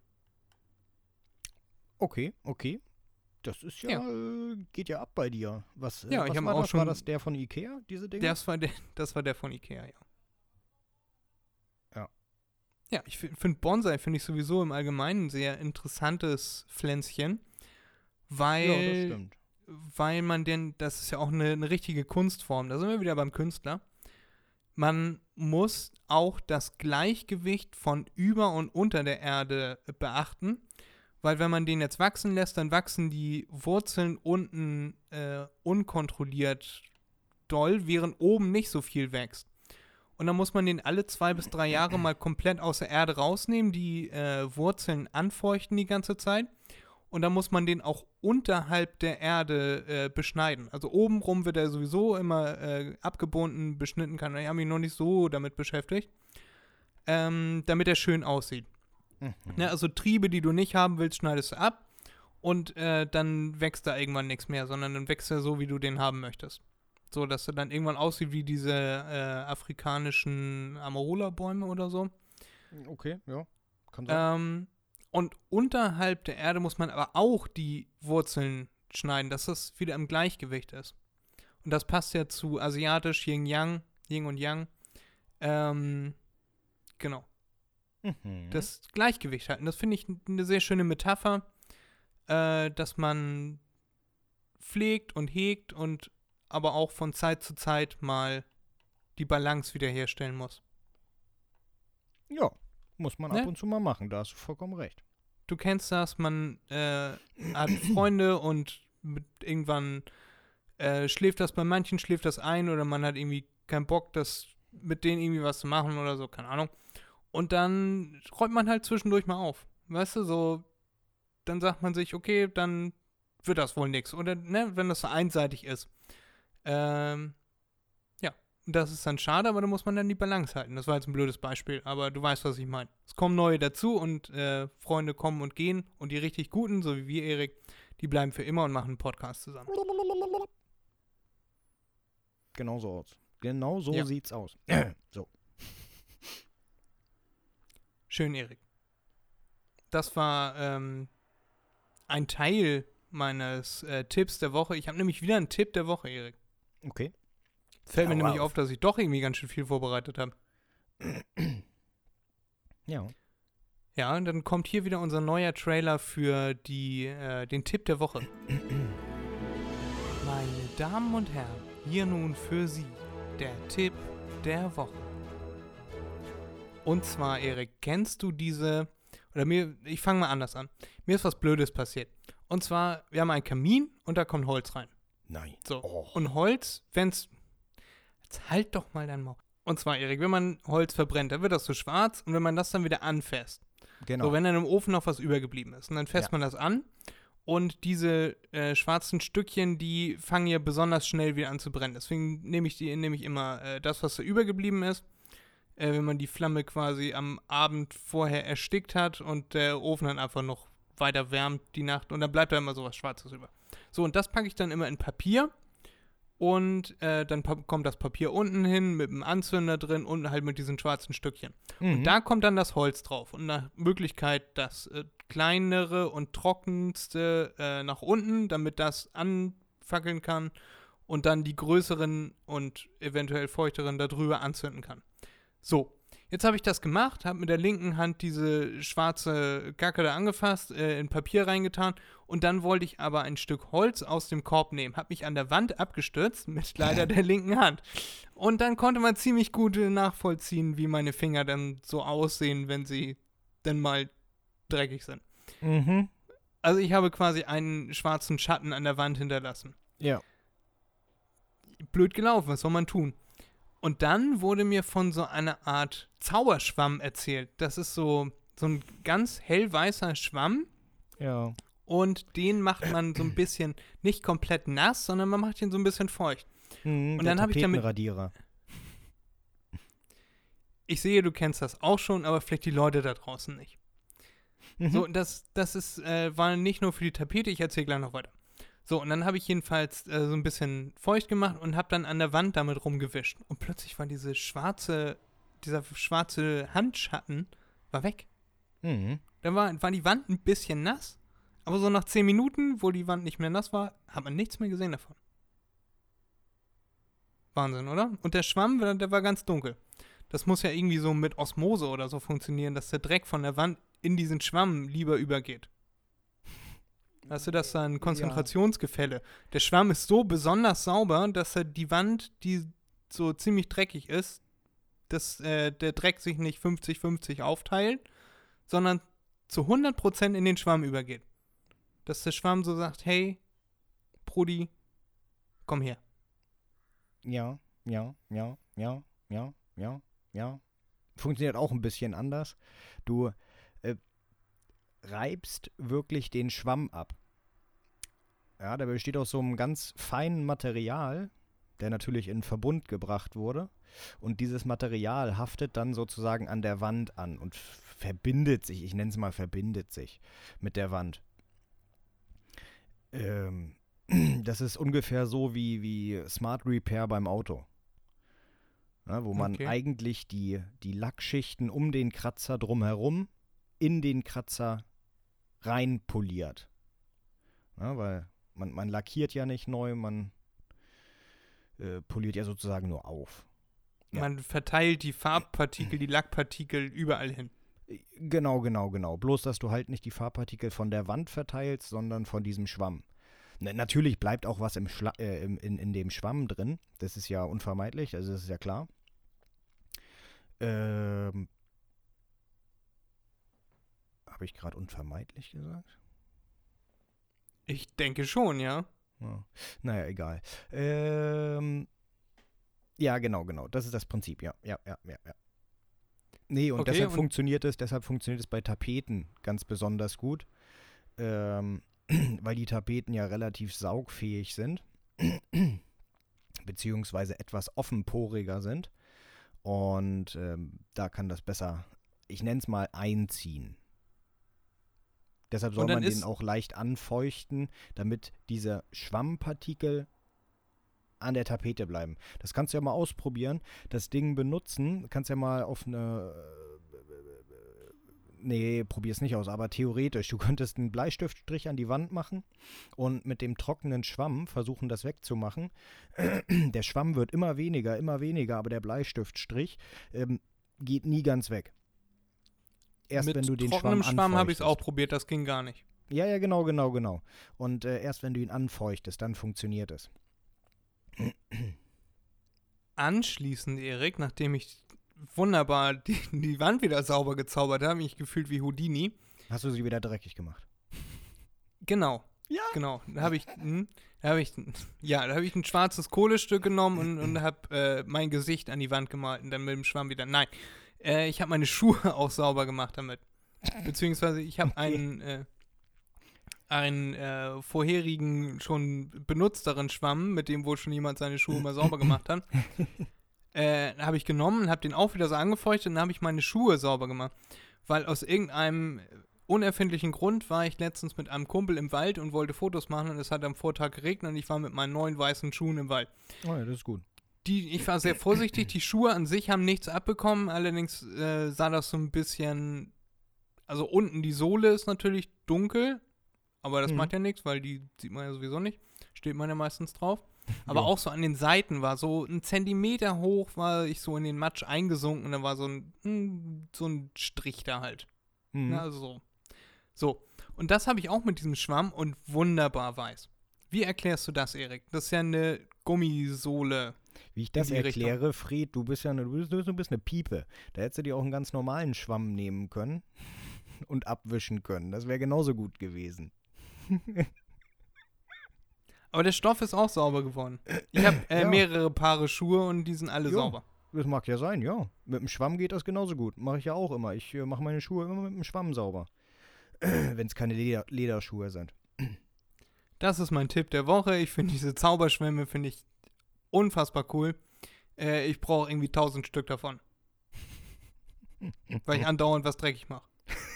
Okay, okay. Das ist ja, Ja. Äh, geht ja ab bei dir. Was, äh, Ja, was ich hab war auch das? schon- War das der von Ikea, diese Dinge? Das war der, das war der von Ikea, ja. Ja. Ja, ich finde Bonsai finde ich sowieso im Allgemeinen ein sehr interessantes Pflänzchen, weil, Ja, das stimmt. weil man denn, das ist ja auch eine, eine richtige Kunstform, da sind wir wieder beim Künstler. Man muss auch das Gleichgewicht von über und unter der Erde beachten, weil wenn man den jetzt wachsen lässt, dann wachsen die Wurzeln unten äh, unkontrolliert doll, während oben nicht so viel wächst. Und dann muss man den alle zwei bis drei Jahre mal komplett aus der Erde rausnehmen, die äh, Wurzeln anfeuchten die ganze Zeit. Und dann muss man den auch unterhalb der Erde äh, beschneiden. Also obenrum wird er sowieso immer äh, abgebunden, beschnitten kann. Ich habe mich noch nicht so damit beschäftigt. Ähm, damit er schön aussieht. Mhm. Ne, also Triebe, die du nicht haben willst, schneidest du ab. Und äh, dann wächst da irgendwann nichts mehr, sondern dann wächst er so, wie du den haben möchtest. So, dass er dann irgendwann aussieht wie diese äh, afrikanischen Amarula-Bäume oder so. Okay, ja. Kann sein. Ähm, und unterhalb der Erde muss man aber auch die Wurzeln schneiden, dass das wieder im Gleichgewicht ist. Und das passt ja zu asiatisch Yin-Yang, Yin und Yang. Ähm, genau. Mhm. Das Gleichgewicht halten. Das finde ich eine sehr schöne Metapher, äh, dass man pflegt und hegt und aber auch von Zeit zu Zeit mal die Balance wiederherstellen muss. Ja, muss man Ne? ab und zu mal machen, da hast du vollkommen recht. Du kennst das, man äh, hat Freunde und mit irgendwann äh, schläft das bei manchen, schläft das ein oder man hat irgendwie keinen Bock, das mit denen irgendwie was zu machen oder so, keine Ahnung. Und dann räumt man halt zwischendurch mal auf. Weißt du, so, dann sagt man sich, okay, dann wird das wohl nix. Oder, ne, wenn das so einseitig ist. Ähm, ja, Das ist dann schade, aber da muss man dann die Balance halten. Das war jetzt ein blödes Beispiel, aber du weißt, was ich meine. Es kommen neue dazu und äh, Freunde kommen und gehen und die richtig guten, so wie wir, Erik, die bleiben für immer und machen einen Podcast zusammen. Genau so aus. Genau so Ja. sieht's aus. So. Schön, Erik. Das war ähm, ein Teil meines äh, Tipps der Woche. Ich habe nämlich wieder einen Tipp der Woche, Erik. Okay. Fällt mir Hau nämlich auf. auf, dass ich doch irgendwie ganz schön viel vorbereitet habe. Ja. Ja, und dann kommt hier wieder unser neuer Trailer für die, äh, den Tipp der Woche. Meine Damen und Herren, hier nun für Sie der Tipp der Woche. Und zwar, Erik, kennst du diese, oder mir, ich fange mal anders an. Mir ist was Blödes passiert. Und zwar, wir haben einen Kamin und da kommt Holz rein. Nein. So. Oh. Und Holz, wenn's, jetzt halt doch mal dein Maul. Und zwar, Erik, wenn man Holz verbrennt, dann wird das so schwarz und wenn man das dann wieder anfasst, Genau. so, wenn dann im Ofen noch was übergeblieben ist. Und dann fässt Ja. man das an und diese äh, schwarzen Stückchen, die fangen ja besonders schnell wieder an zu brennen. Deswegen nehme ich die, nehme ich immer äh, das, was da übergeblieben ist, äh, wenn man die Flamme quasi am Abend vorher erstickt hat und der Ofen dann einfach noch weiter wärmt die Nacht und dann bleibt da immer so was Schwarzes über. So, und das packe ich dann immer in Papier und äh, dann pa- kommt das Papier unten hin mit dem Anzünder drin und halt mit diesen schwarzen Stückchen. Mhm. Und da kommt dann das Holz drauf. Und nach Möglichkeit das äh, kleinere und trockenste äh, nach unten, damit das anfackeln kann. Und dann die größeren und eventuell feuchteren darüber anzünden kann. So, jetzt habe ich das gemacht, habe mit der linken Hand diese schwarze Gacke da angefasst, äh, in Papier reingetan. Und dann wollte ich aber ein Stück Holz aus dem Korb nehmen. Habe mich an der Wand abgestürzt mit leider der linken Hand. Und dann konnte man ziemlich gut äh, nachvollziehen, wie meine Finger dann so aussehen, wenn sie dann mal dreckig sind. Mhm. Also ich habe quasi einen schwarzen Schatten an der Wand hinterlassen. Ja. Blöd gelaufen, was soll man tun? Und dann wurde mir von so einer Art Zauberschwamm erzählt. Das ist so, so ein ganz hellweißer Schwamm. Ja. Und den macht man so ein bisschen, nicht komplett nass, sondern man macht ihn so ein bisschen feucht. Mhm, Und dann habe ich damit- Tapetenradierer. Ich sehe, du kennst das auch schon, aber vielleicht die Leute da draußen nicht. Mhm. So, das, das ist, äh, war nicht nur für die Tapete, ich erzähle gleich noch weiter. So, und dann habe ich jedenfalls äh, so ein bisschen feucht gemacht und habe dann an der Wand damit rumgewischt. Und plötzlich war diese schwarze, dieser schwarze Handschatten war weg. Mhm. Dann war, war die Wand ein bisschen nass, aber so nach zehn Minuten, wo die Wand nicht mehr nass war, hat man nichts mehr gesehen davon. Wahnsinn, oder? Und der Schwamm, der, der war ganz dunkel. Das muss ja irgendwie so mit Osmose oder so funktionieren, dass der Dreck von der Wand in diesen Schwamm lieber übergeht. Weißt du, das ist ein Konzentrationsgefälle. Der Schwamm ist so besonders sauber, dass er die Wand, die so ziemlich dreckig ist, dass äh, der Dreck sich nicht fünfzig fünfzig aufteilt, sondern zu hundert Prozent in den Schwamm übergeht. Dass der Schwamm so sagt, hey, Brudi, komm her. Ja, ja, ja, ja, ja, ja, ja. Funktioniert auch ein bisschen anders. Du äh, reibst wirklich den Schwamm ab. Ja, der besteht aus so einem ganz feinen Material, der natürlich in Verbund gebracht wurde. Und dieses Material haftet dann sozusagen an der Wand an und f- verbindet sich, ich nenne es mal verbindet sich mit der Wand. Ähm, das ist ungefähr so wie, wie Smart Repair beim Auto. Ja, wo man Okay. eigentlich die, die Lackschichten um den Kratzer drumherum in den Kratzer reinpoliert. Ja, weil man, man lackiert ja nicht neu, man äh, poliert ja sozusagen nur auf. Ja. Man verteilt die Farbpartikel, die Lackpartikel überall hin. Genau, genau, genau. Bloß, dass du halt nicht die Farbpartikel von der Wand verteilst, sondern von diesem Schwamm. Na, natürlich bleibt auch was im Schla äh, im, in, in dem Schwamm drin. Das ist ja unvermeidlich, also das ist ja klar. Ähm, Habe ich gerade unvermeidlich gesagt? Ich denke schon, ja. Ja. Naja, egal. Ähm, ja, genau, genau. Das ist das Prinzip, ja. Ja, ja, ja, ja. Nee, und Okay, deshalb und- funktioniert es, deshalb funktioniert es bei Tapeten ganz besonders gut. Ähm, weil die Tapeten ja relativ saugfähig sind. beziehungsweise etwas offenporiger sind. Und ähm, da kann das besser, ich nenne es mal, einziehen. Deshalb soll man den auch leicht anfeuchten, damit diese Schwammpartikel an der Tapete bleiben. Das kannst du ja mal ausprobieren. Das Ding benutzen, kannst ja mal auf eine... Nee, probier's nicht aus, aber theoretisch. Du könntest einen Bleistiftstrich an die Wand machen und mit dem trockenen Schwamm versuchen, das wegzumachen. Der Schwamm wird immer weniger, immer weniger, aber der Bleistiftstrich ähm, geht nie ganz weg. Erst mit wenn du den Schwamm trockenem Schwamm habe ich es anfeuchtest. auch probiert, das ging gar nicht. Ja, ja, genau, genau, genau. Und äh, erst wenn du ihn anfeuchtest, dann funktioniert es. Anschließend, Erik, nachdem ich wunderbar die, die Wand wieder sauber gezaubert habe, mich gefühlt wie Houdini. Hast du sie wieder dreckig gemacht? Genau. Ja. Genau. Da habe ich, hm, da habe ich, ja, da habe ich ein schwarzes Kohlestück genommen und, und habe äh, mein Gesicht an die Wand gemalt und dann mit dem Schwamm wieder. Nein, äh, ich habe meine Schuhe auch sauber gemacht damit. Beziehungsweise ich habe einen, äh, einen äh, vorherigen, schon benutzteren Schwamm, mit dem wohl schon jemand seine Schuhe mal sauber gemacht hat. Äh, habe ich genommen und habe den auch wieder so angefeuchtet und dann habe ich meine Schuhe sauber gemacht. Weil aus irgendeinem unerfindlichen Grund war ich letztens mit einem Kumpel im Wald und wollte Fotos machen und es hat am Vortag geregnet und ich war mit meinen neuen weißen Schuhen im Wald. Oh ja, das ist gut. Die, ich war sehr vorsichtig, die Schuhe an sich haben nichts abbekommen, allerdings äh, sah das so ein bisschen, also unten die Sohle ist natürlich dunkel, aber das Mhm. macht ja nichts, weil die sieht man ja sowieso nicht, steht man ja meistens drauf. Aber Ja. auch so an den Seiten war so ein Zentimeter hoch, war ich so in den Matsch eingesunken und da war so ein, hm, so ein Strich da halt. Mhm. Ne, also so. So, und das habe ich auch mit diesem Schwamm und wunderbar weiß. Wie erklärst du das, Erik? Das ist ja eine Gummisohle. Wie ich das in die Richtung. erkläre, Fred, du bist ja eine, du bist, du bist eine Piepe. Da hättest du dir auch einen ganz normalen Schwamm nehmen können und abwischen können. Das wäre genauso gut gewesen. Aber der Stoff ist auch sauber geworden. Ich habe äh, Ja. mehrere Paare Schuhe und die sind alle Ja. sauber. Das mag ja sein, ja. Mit dem Schwamm geht das genauso gut. Mache ich ja auch immer. Ich äh, mache meine Schuhe immer mit dem Schwamm sauber. Wenn es keine Leder Lederschuhe sind. Das ist mein Tipp der Woche. Ich finde diese Zauberschwämme, finde ich unfassbar cool. Äh, ich brauche irgendwie tausend Stück davon. Weil ich andauernd was dreckig mache.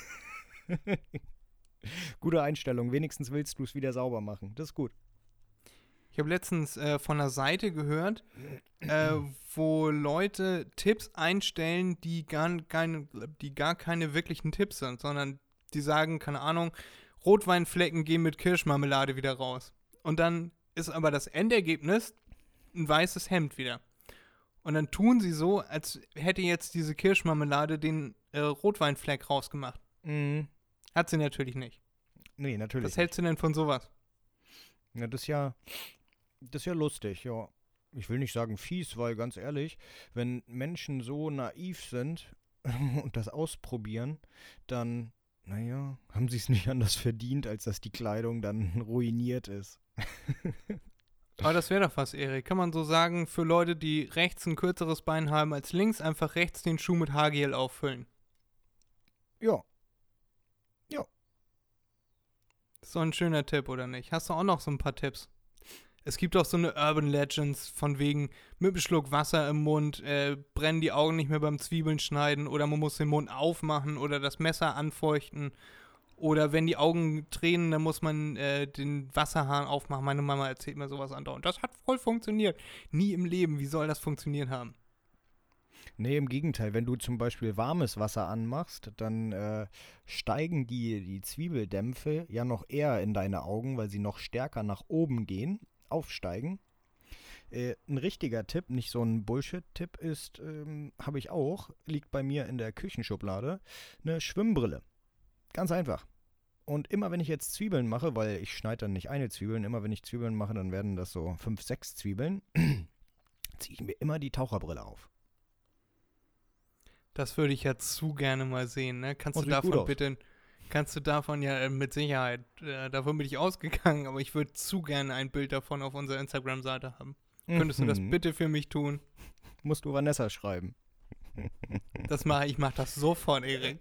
Gute Einstellung. Wenigstens willst du es wieder sauber machen. Das ist gut. Ich habe letztens äh, von einer Seite gehört, äh, wo Leute Tipps einstellen, die gar, keine, die gar keine wirklichen Tipps sind, sondern die sagen, keine Ahnung, Rotweinflecken gehen mit Kirschmarmelade wieder raus. Und dann ist aber das Endergebnis ein weißes Hemd wieder. Und dann tun sie so, als hätte jetzt diese Kirschmarmelade den äh, Rotweinfleck rausgemacht. Mhm. Hat sie natürlich nicht. Nee, natürlich. Was hältst du denn von sowas? Ja, das ist ja, das ist ja lustig, ja. Ich will nicht sagen fies, weil ganz ehrlich, wenn Menschen so naiv sind und das ausprobieren, dann, naja, haben sie es nicht anders verdient, als dass die Kleidung dann ruiniert ist. Aber das wäre doch was, Erik. Kann man so sagen, für Leute, die rechts ein kürzeres Bein haben als links, einfach rechts den Schuh mit Haargel auffüllen. Ja, Das ist doch ein schöner Tipp, oder nicht? Hast du auch noch so ein paar Tipps? Es gibt auch so eine Urban Legends von wegen mit einem Schluck Wasser im Mund, äh, brennen die Augen nicht mehr beim Zwiebeln schneiden oder man muss den Mund aufmachen oder das Messer anfeuchten. Oder wenn die Augen tränen, dann muss man äh, den Wasserhahn aufmachen. Meine Mama erzählt mir sowas andauernd. Das hat voll funktioniert. Nie im Leben. Wie soll das funktioniert haben? nee, im Gegenteil, wenn du zum Beispiel warmes Wasser anmachst, dann äh, steigen die, die Zwiebeldämpfe ja noch eher in deine Augen, weil sie noch stärker nach oben gehen, aufsteigen. Äh, ein richtiger Tipp, nicht so ein Bullshit-Tipp ist, ähm, habe ich auch, liegt bei mir in der Küchenschublade, eine Schwimmbrille. Ganz einfach. Und immer wenn ich jetzt Zwiebeln mache, weil ich schneide dann nicht eine Zwiebeln, immer wenn ich Zwiebeln mache, dann werden das so fünf, sechs Zwiebeln, ziehe ich mir immer die Taucherbrille auf. Das würde ich ja zu gerne mal sehen, ne? Kannst Oh, du sieht gut davon aus. bitte, kannst du davon ja äh, mit Sicherheit, äh, davon bin ich ausgegangen, aber ich würde zu gerne ein Bild davon auf unserer Instagram-Seite haben. Könntest du das Mhm. bitte für mich tun? Musst du Vanessa schreiben. Das mache ich, mach das sofort, Erik.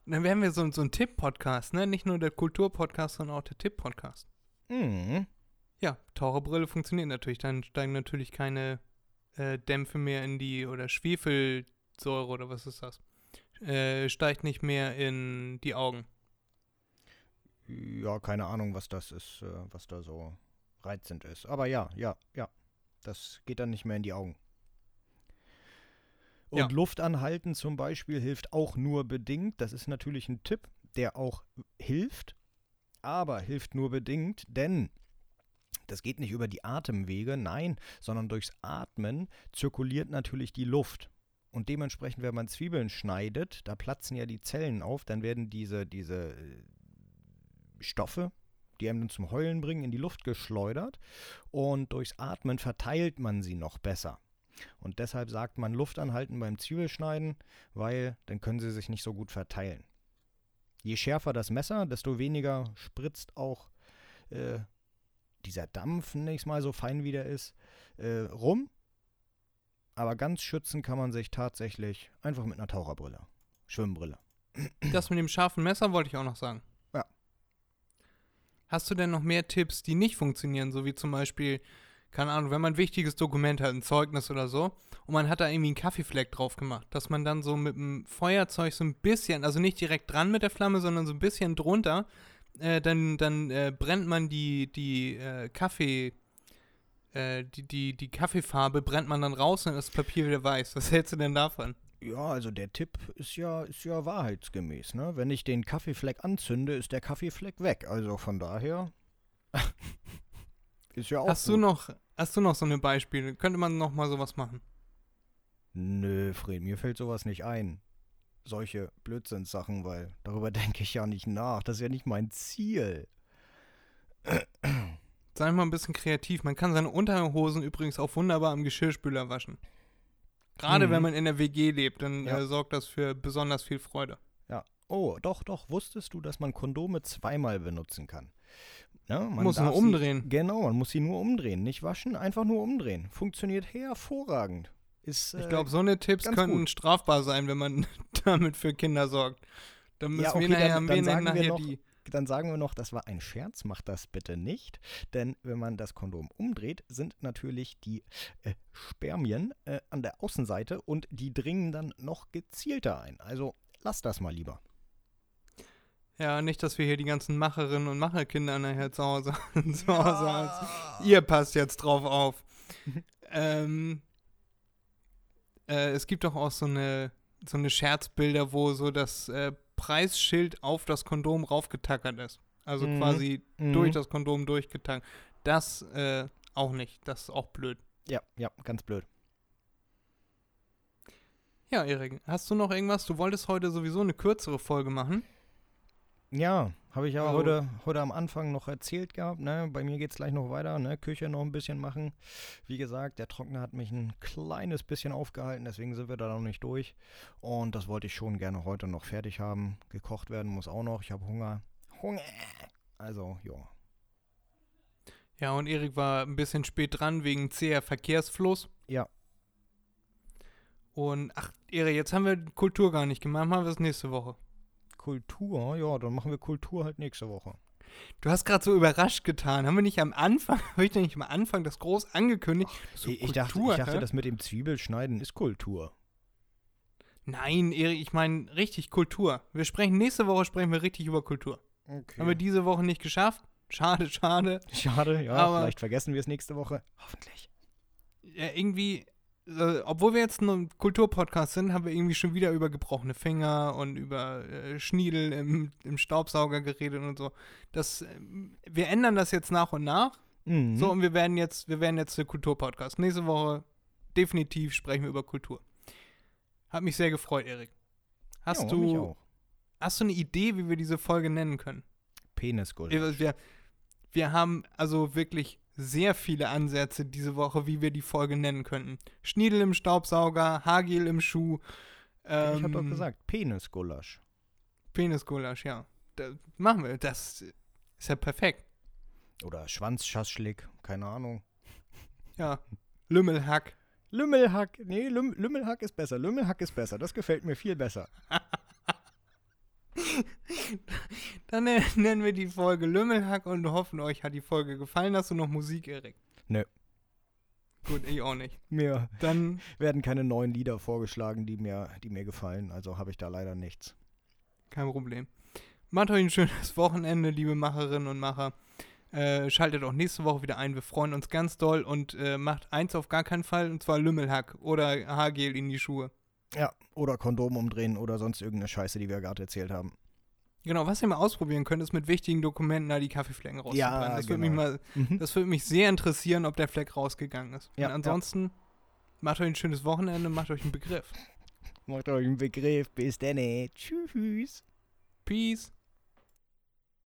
Dann wären wir so, so ein Tipp-Podcast, ne? Nicht nur der Kultur-Podcast, sondern auch der Tipp-Podcast. Mhm. Ja, Taucherbrille funktioniert natürlich. Dann steigen natürlich keine äh, Dämpfe mehr in die, oder Schwefelsäure oder was ist das? Äh, steigt nicht mehr in die Augen. Ja, keine Ahnung, was das ist, äh, was da so reizend ist. Aber ja, ja, ja. Das geht dann nicht mehr in die Augen. Und Ja. Luft anhalten zum Beispiel hilft auch nur bedingt. Das ist natürlich ein Tipp, der auch hilft, aber hilft nur bedingt, denn das geht nicht über die Atemwege, nein, sondern durchs Atmen zirkuliert natürlich die Luft. Und dementsprechend, wenn man Zwiebeln schneidet, da platzen ja die Zellen auf, dann werden diese, diese äh, Stoffe, die einem dann zum Heulen bringen, in die Luft geschleudert und durchs Atmen verteilt man sie noch besser. Und deshalb sagt man Luft anhalten beim Zwiebelschneiden, weil dann können sie sich nicht so gut verteilen. Je schärfer das Messer, desto weniger spritzt auch äh, dieser Dampf, nenne ich es mal, so fein wie der ist, äh, rum. Aber ganz schützen kann man sich tatsächlich einfach mit einer Taucherbrille, Schwimmbrille. Das mit dem scharfen Messer wollte ich auch noch sagen. Ja. Hast du denn noch mehr Tipps, die nicht funktionieren, so wie zum Beispiel, keine Ahnung, wenn man ein wichtiges Dokument hat, ein Zeugnis oder so, und man hat da irgendwie einen Kaffeefleck drauf gemacht, dass man dann so mit dem Feuerzeug so ein bisschen, also nicht direkt dran mit der Flamme, sondern so ein bisschen drunter, äh, dann, dann äh, brennt man die, die äh, Kaffee, äh, die, die, die Kaffeefarbe brennt man dann raus und das Papier wieder weiß. Was hältst du denn davon? Ja, also der Tipp ist ja, ist ja wahrheitsgemäß, ne? Wenn ich den Kaffeefleck anzünde, ist der Kaffeefleck weg. Also von daher ist ja auch Hast gut. du noch, hast du noch so eine Beispiele? Könnte man noch mal sowas machen? Nö, Fred, mir fällt sowas nicht ein. Solche Blödsinnssachen, weil darüber denke ich ja nicht nach. Das ist ja nicht mein Ziel. Sei mal ein bisschen kreativ. Man kann seine Unterhosen übrigens auch wunderbar am Geschirrspüler waschen. Gerade Mhm. wenn man in der W G lebt, dann Ja. äh, sorgt das für besonders viel Freude. Ja. Oh, doch, doch. Wusstest du, dass man Kondome zweimal benutzen kann? Ja, man Muss nur darf sie- umdrehen. Genau, man muss sie nur umdrehen. Nicht waschen, einfach nur umdrehen. Funktioniert hervorragend. Ist, Ich äh, glaube, so eine Tipps ganz könnten gut. strafbar sein, wenn man damit für Kinder sorgt. Dann müssen Ja, okay, wir nachher, dann- wir dann sagen wir nachher noch- die. Dann sagen wir noch, das war ein Scherz, macht das bitte nicht. Denn wenn man das Kondom umdreht, sind natürlich die äh, Spermien äh, an der Außenseite und die dringen dann noch gezielter ein. Also lass das mal lieber. Ja, nicht, dass wir hier die ganzen Macherinnen und Macherkinder nachher zu Hause, zu Hause haben. Ihr passt jetzt drauf auf. ähm, äh, es gibt doch auch so eine, so eine Scherzbilder, wo so das äh, Preisschild auf das Kondom raufgetackert ist. Also Mhm. quasi Mhm. durch das Kondom durchgetackert. Das äh, auch nicht. Das ist auch blöd. Ja, ja, ganz blöd. Ja, Erik, hast du noch irgendwas? Du wolltest heute sowieso eine kürzere Folge machen. Ja, habe ich ja Also- heute, heute am Anfang noch erzählt gehabt, ne? Bei mir geht es gleich noch weiter, ne? Küche noch ein bisschen machen. Wie gesagt, der Trockner hat mich ein kleines bisschen aufgehalten, deswegen sind wir da noch nicht durch. Und das wollte ich schon gerne heute noch fertig haben. Gekocht werden muss auch noch. Ich habe Hunger. Hunger! Also, ja. Ja, und Erik war ein bisschen spät dran wegen zäher Verkehrsfluss. Ja. Und, ach, Erik, jetzt haben wir Kultur gar nicht gemacht. Machen wir es nächste Woche. Kultur, ja, dann machen wir Kultur halt nächste Woche. Du hast gerade so überrascht getan. Haben wir nicht am Anfang, habe ich denn nicht am Anfang das groß angekündigt? So ich, ich dachte, Kultur, ich dachte hä? das mit dem Zwiebelschneiden ist Kultur. Nein, Erik, ich meine richtig Kultur. Wir sprechen, nächste Woche sprechen wir richtig über Kultur. Okay. Haben wir diese Woche nicht geschafft? Schade, schade. Schade, ja, Aber- vielleicht vergessen wir es nächste Woche. Hoffentlich. Ja, irgendwie, äh, obwohl wir jetzt nur ein Kulturpodcast sind, haben wir irgendwie schon wieder über gebrochene Finger und über äh, Schniedel im, im Staubsauger geredet und so. Das, äh, wir ändern das jetzt nach und nach. Mhm. So, und wir werden jetzt, wir werden jetzt der Kulturpodcast. Nächste Woche definitiv sprechen wir über Kultur. Hat mich sehr gefreut, Erik. Hast ja, mich du, auch. hast du eine Idee, wie wir diese Folge nennen können? Penisgulasch. Wir, wir haben also wirklich sehr viele Ansätze diese Woche, wie wir die Folge nennen könnten. Schniedel im Staubsauger, Haargel im Schuh. Ähm, ich hab doch gesagt, Penisgulasch. Penisgulasch, ja. Da, machen wir. Das ist ja perfekt. Oder Schwanzschaschlik, keine Ahnung. Ja. Lümmelhack. Lümmelhack, nee, Lüm Lümmelhack ist besser. Lümmelhack ist besser, das gefällt mir viel besser. Dann äh, nennen wir die Folge Lümmelhack und hoffen, euch hat die Folge gefallen. Hast du noch Musik, Erik? Nö. Gut, ich auch nicht. Mir Dann werden keine neuen Lieder vorgeschlagen, die mir, die mir gefallen. Also habe ich da leider nichts. kein Problem. Macht euch ein schönes Wochenende, liebe Macherinnen und Macher. Äh, schaltet auch nächste Woche wieder ein. Wir freuen uns ganz doll und äh, macht eins auf gar keinen Fall, und zwar Lümmelhack oder Haargel in die Schuhe. Ja, oder Kondom umdrehen oder sonst irgendeine Scheiße, die wir gerade erzählt haben. Genau, was ihr mal ausprobieren könnt, ist mit wichtigen Dokumenten da die Kaffeeflecken rauszubrennen. Ja, das würde genau. mich mal, Mhm. das würde mich sehr interessieren, ob der Fleck rausgegangen ist. Ja, und ansonsten macht euch ein schönes Wochenende, macht euch einen Begriff. Macht euch einen Begriff. Bis dann. Tschüss. Peace.